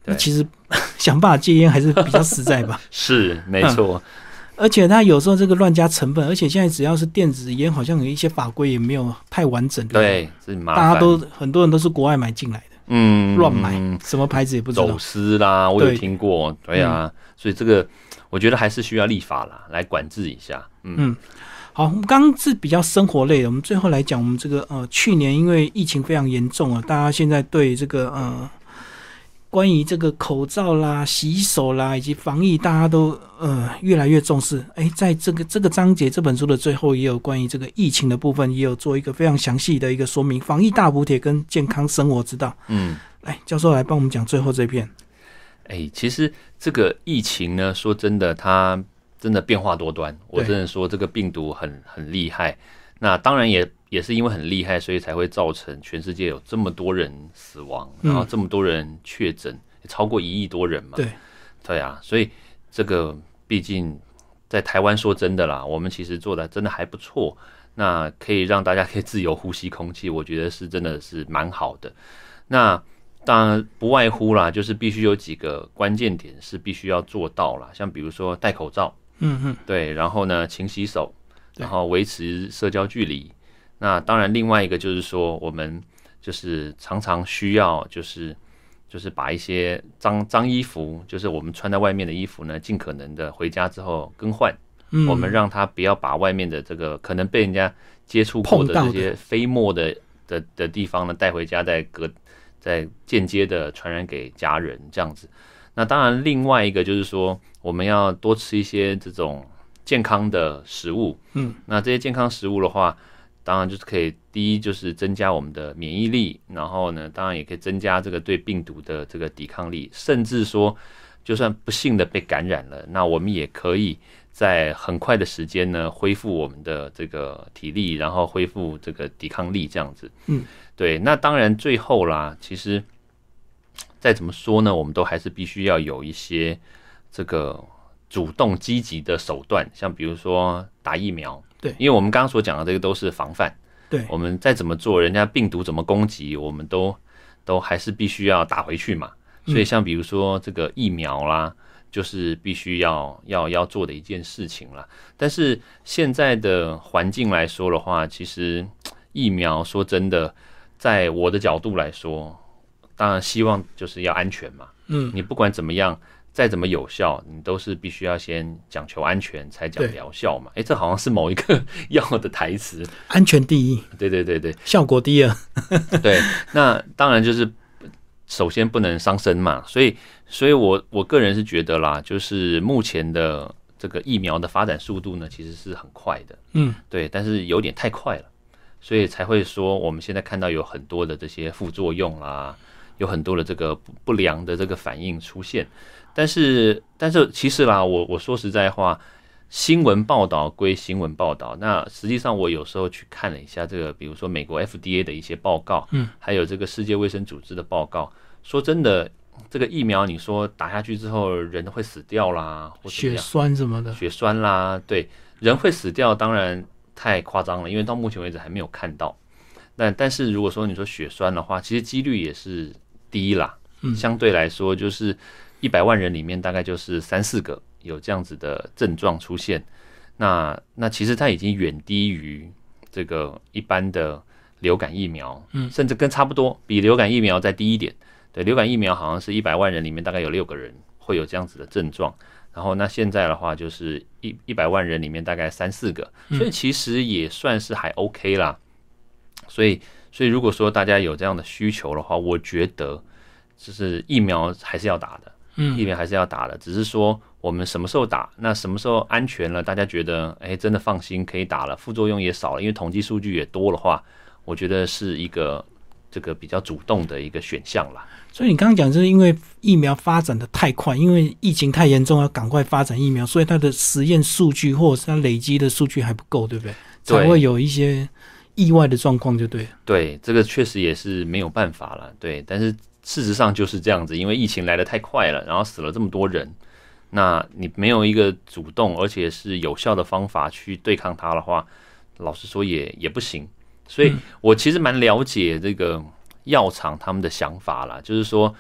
那其实想办法戒烟还是比较实在吧。
是，没错。嗯，
而且它有时候这个乱加成分，而且现在只要是电子烟，好像有一些法规也没有太完整。
对，是麻
烦。大家都很多人都是国外买进来的，
嗯，
乱买，什么牌子也不知道。
走私啦，我有听过。对, 对啊、嗯，所以这个我觉得还是需要立法啦，来管制一下。嗯。嗯，
好，我们刚刚是比较生活类的，我们最后来讲我们这个呃，去年因为疫情非常严重啊，大家现在对这个呃。关于这个口罩啦、洗手啦以及防疫，大家都呃越来越重视。哎，在这个这个章节这本书的最后，也有关于这个疫情的部分，也有做一个非常详细的一个说明，防疫大补帖跟健康生活之道。嗯，来，教授来帮我们讲最后这篇。
哎，其实这个疫情呢，说真的，它真的变化多端。我真的说，这个病毒很很厉害。那当然也也是因为很厉害，所以才会造成全世界有这么多人死亡，然后这么多人确诊，超过一亿多人嘛。
对，
对啊，所以这个毕竟在台湾，说真的啦，我们其实做的真的还不错。那可以让大家可以自由呼吸空气，我觉得是真的是蛮好的。那当然不外乎啦，就是必须有几个关键点是必须要做到啦，像比如说戴口罩，
嗯嗯，
对，然后呢，勤洗手。然后维持社交距离，那当然另外一个就是说，我们就是常常需要就是就是把一些脏脏衣服，就是我们穿在外面的衣服呢，尽可能的回家之后更换。嗯，我们让他不要把外面的这个可能被人家接触过的这些飞沫的的的地方呢带回家，再隔再间接的传染给家人这样子。那当然另外一个就是说，我们要多吃一些这种健康的食物，嗯，那这些健康食物的话，当然就是可以，第一就是增加我们的免疫力，然后呢，当然也可以增加这个对病毒的这个抵抗力，甚至说，就算不幸的被感染了，那我们也可以在很快的时间呢恢复我们的这个体力，然后恢复这个抵抗力，这样子，嗯，对。那当然最后啦，其实再怎么说呢，我们都还是必须要有一些这个主动积极的手段，像比如说打疫苗，
对，
因为我们刚刚所讲的这个都是防范，
对，
我们再怎么做，人家病毒怎么攻击，我们都都还是必须要打回去嘛。所以像比如说这个疫苗啦，就是必须要要要做的一件事情啦。但是现在的环境来说的话，其实疫苗说真的，在我的角度来说，当然希望就是要安全嘛。嗯，你不管怎么样。再怎么有效，你都是必须要先讲求安全才讲疗效嘛。哎，这好像是某一个药的台词，
安全第一。
对对对对，
效果第二。
对，那当然就是首先不能伤身嘛。所以，所以我我个人是觉得啦，就是目前的这个疫苗的发展速度呢，其实是很快的。嗯，对，但是有点太快了，所以才会说我们现在看到有很多的这些副作用啦，有很多的这个不良的这个反应出现。但是，但是其实啦，我我说实在话，新闻报道归新闻报道，那实际上我有时候去看了一下这个，比如说美国 F D A 的一些报告，嗯，还有这个世界卫生组织的报告，说真的，这个疫苗你说打下去之后人会死掉啦，或
血栓什么的，
血栓啦，对，人会死掉，当然太夸张了，因为到目前为止还没有看到。但但是如果说你说血栓的话，其实几率也是低啦，嗯，相对来说就是一百万人里面大概就是三四个有这样子的症状出现，那那其实它已经远低于这个一般的流感疫苗，嗯，甚至跟差不多，比流感疫苗再低一点。对，流感疫苗好像是一百万人里面大概有六个人会有这样子的症状，然后那现在的话就是一一百万人里面大概三四个，所以其实也算是还 OK 啦。所以所以如果说大家有这样的需求的话，我觉得就是疫苗还是要打的。嗯，疫苗还是要打的，只是说我们什么时候打，那什么时候安全了，大家觉得哎真的放心可以打了，副作用也少了，因为统计数据也多的话，我觉得是一个这个比较主动的一个选项啦。
所以你刚刚讲，就是因为疫苗发展的太快，因为疫情太严重，要赶快发展疫苗，所以它的实验数据或者是它累积的数据还不够，对不对？才会有一些意外的状况，就对了。
对，这个确实也是没有办法了。对，但是事实上就是这样子，因为疫情来得太快了，然后死了这么多人，那你没有一个主动而且是有效的方法去对抗它的话，老实说也也不行。所以我其实蛮了解这个药厂他们的想法啦，就是说，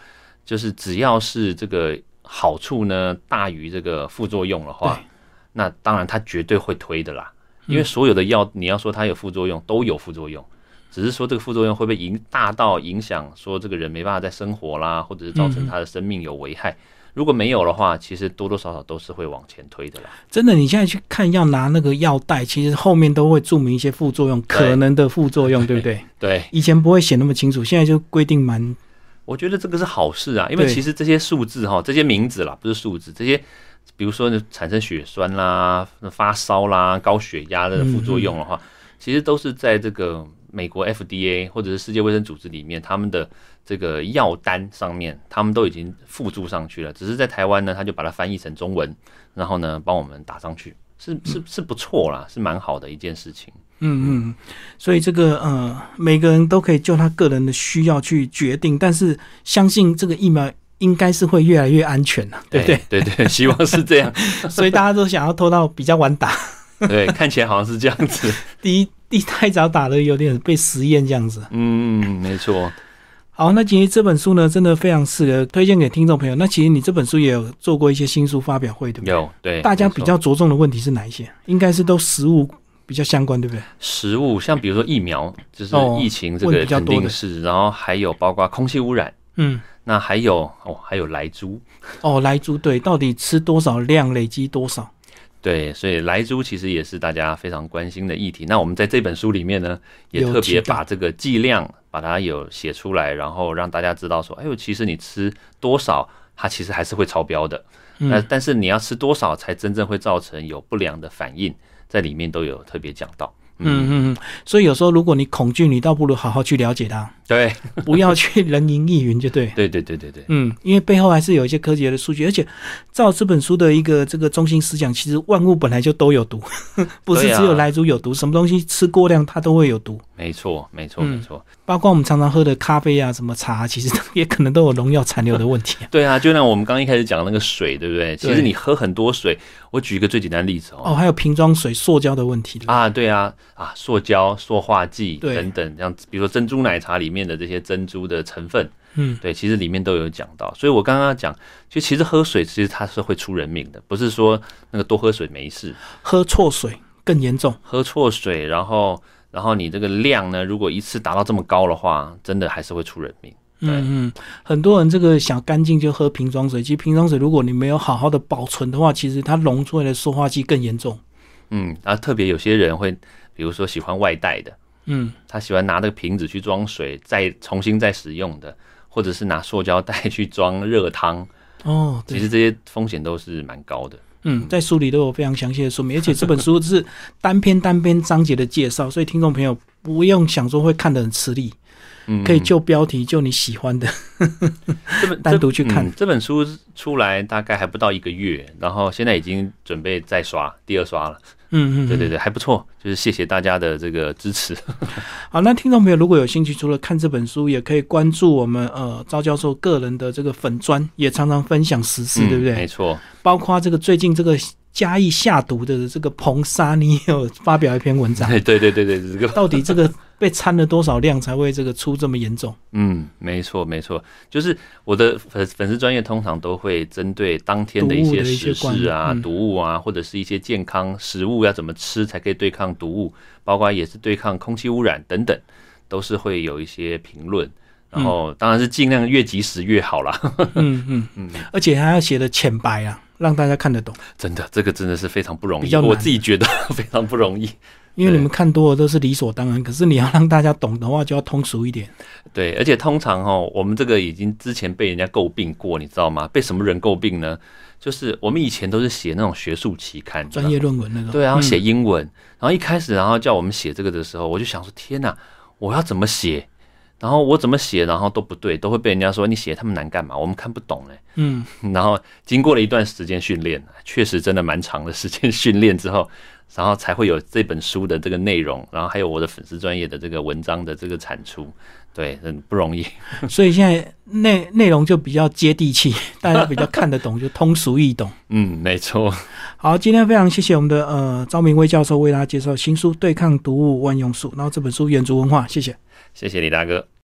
就是只要是这个好处呢大于这个副作用的话，那当然它绝对会推的啦。因为所有的药，你要说它有副作用，都有副作用，只是说这个副作用会不会影大到影响说这个人没办法再生活啦，或者是造成他的生命有危害。如果没有的话，其实多多少少都是会往前推的啦。
真的，你现在去看要拿那个药袋，其实后面都会注明一些副作用，可能的副作用， 对, 对不对？
对，
以前不会写那么清楚，现在就规定蛮。
我觉得这个是好事啊，因为其实这些数字哈，这些名字啦，不是数字，这些比如说产生血栓啦、发烧啦、高血压的副作用的话，嗯、其实都是在这个美国 F D A 或者是世界卫生组织里面，他们的这个药单上面，他们都已经附注上去了。只是在台湾呢，他就把它翻译成中文，然后呢帮我们打上去，是是是不错啦，是蛮好的一件事情。
嗯嗯，所以这个呃，每个人都可以就他个人的需要去决定，但是相信这个疫苗应该是会越来越安全了，对不对？
对 对, 对，希望是这样。
所以大家都想要拖到比较晚打。
对，看起来好像是这样子。
第一，第一太早打的有点被实验这样子。
嗯，没错。
好，那其实这本书呢，真的非常适合推荐给听众朋友。那其实你这本书也有做过一些新书发表会，对不对？
有，对。
大家比较着重的问题是哪一些？应该是都实物比较相关，对不对？
食物像比如说疫苗，就是疫情这个肯定是，哦、然后还有包括空气污染，嗯，那还有哦，还有莱猪，
哦，莱猪对，到底吃多少量，累积多少？
对，所以莱猪其实也是大家非常关心的议题。那我们在这本书里面呢，也特别把这个剂量把它有写出来，然后让大家知道说，哎呦，其实你吃多少，它其实还是会超标的。那、嗯、但是你要吃多少才真正会造成有不良的反应？在里面都有特别讲到，
嗯嗯嗯，所以有时候如果你恐惧，你倒不如好好去了解它，
对，
不要去人云亦云，就对，
对对对对对，
嗯，因为背后还是有一些科学的数据，而且照这本书的一个这个中心思想，其实万物本来就都有毒，不是只有莱猪有毒，啊、什么东西吃过量它都会有毒，
没错没错没错，
包括我们常常喝的咖啡啊、什么茶，其实也可能都有农药残留的问题、啊。
对啊，就像我们刚一开始讲的那个水，对不对？其实你喝很多水，我举一个最简单的例子哦，
哦，还有瓶装水、塑胶的问题
啊，对啊，啊，塑胶、塑化剂等等，像比如说珍珠奶茶里面的这些珍珠的成分，嗯，对，其实里面都有讲到。所以我刚刚讲，就其实喝水其实它是会出人命的，不是说那个多喝水没事，
喝错水更严重。
喝错水，然后然后你这个量呢，如果一次达到这么高的话，真的还是会出人命。
嗯嗯，很多人这个想干净就喝瓶装水，其实瓶装水如果你没有好好的保存的话，其实它溶出来的塑化剂更严重。
嗯，啊，特别有些人会，比如说喜欢外带的，嗯，他喜欢拿那个瓶子去装水，再重新再使用的，或者是拿塑胶袋去装热汤。哦，其实这些风险都是蛮高的。
嗯，在书里都有非常详细的说明，而且这本书是单篇单篇章节的介绍，所以听众朋友不用想说会看得很吃力。可以就标题就你喜欢的
这本单独去看、嗯、这本书出来大概还不到一个月，然后现在已经准备再刷第二刷了。嗯嗯，对对对，还不错，就是谢谢大家的这个支持。
好，那听众朋友如果有兴趣，除了看这本书，也可以关注我们呃赵教授个人的这个粉专，也常常分享时事、嗯、对不对？
没错，
包括这个最近这个嘉义下毒的这个硼砂，你也有发表一篇文章。
对对对对对，这个
到底这个被掺了多少量才会这个出这么严重？
嗯，没错没错，就是我的粉粉丝专页通常都会针对当天的一些时事啊、毒物啊，或者是一些健康食物要怎么吃才可以对抗毒物，包括也是对抗空气污染等等，都是会有一些评论。然后当然是尽量越及时越好啦。
嗯嗯嗯，而且还要写的浅白啊，让大家看得懂。
真的，这个真的是非常不容易，我自己觉得非常不容易。
因为你们看多了都是理所当然，可是你要让大家懂的话，就要通俗一点。
对，而且通常哦，我们这个已经之前被人家诟病过，你知道吗？被什么人诟病呢？就是我们以前都是写那种学术期刊、
专业论文那种，
对，然后写英文，嗯、然后一开始然后叫我们写这个的时候，我就想说，天哪，我要怎么写？然后我怎么写，然后都不对，都会被人家说你写他们难干嘛？我们看不懂嘞。嗯，然后经过了一段时间训练，确实真的蛮长的时间训练之后，然后才会有这本书的这个内容，然后还有我的粉丝专页的这个文章的这个产出，对，很不容易。
所以现在内内容就比较接地气，大家比较看得懂，就通俗易懂。
嗯，没错。
好，今天非常谢谢我们的呃赵明威教授为大家介绍新书《对抗毒物万用术》，然后这本书远足文化，谢谢。
谢谢李大哥。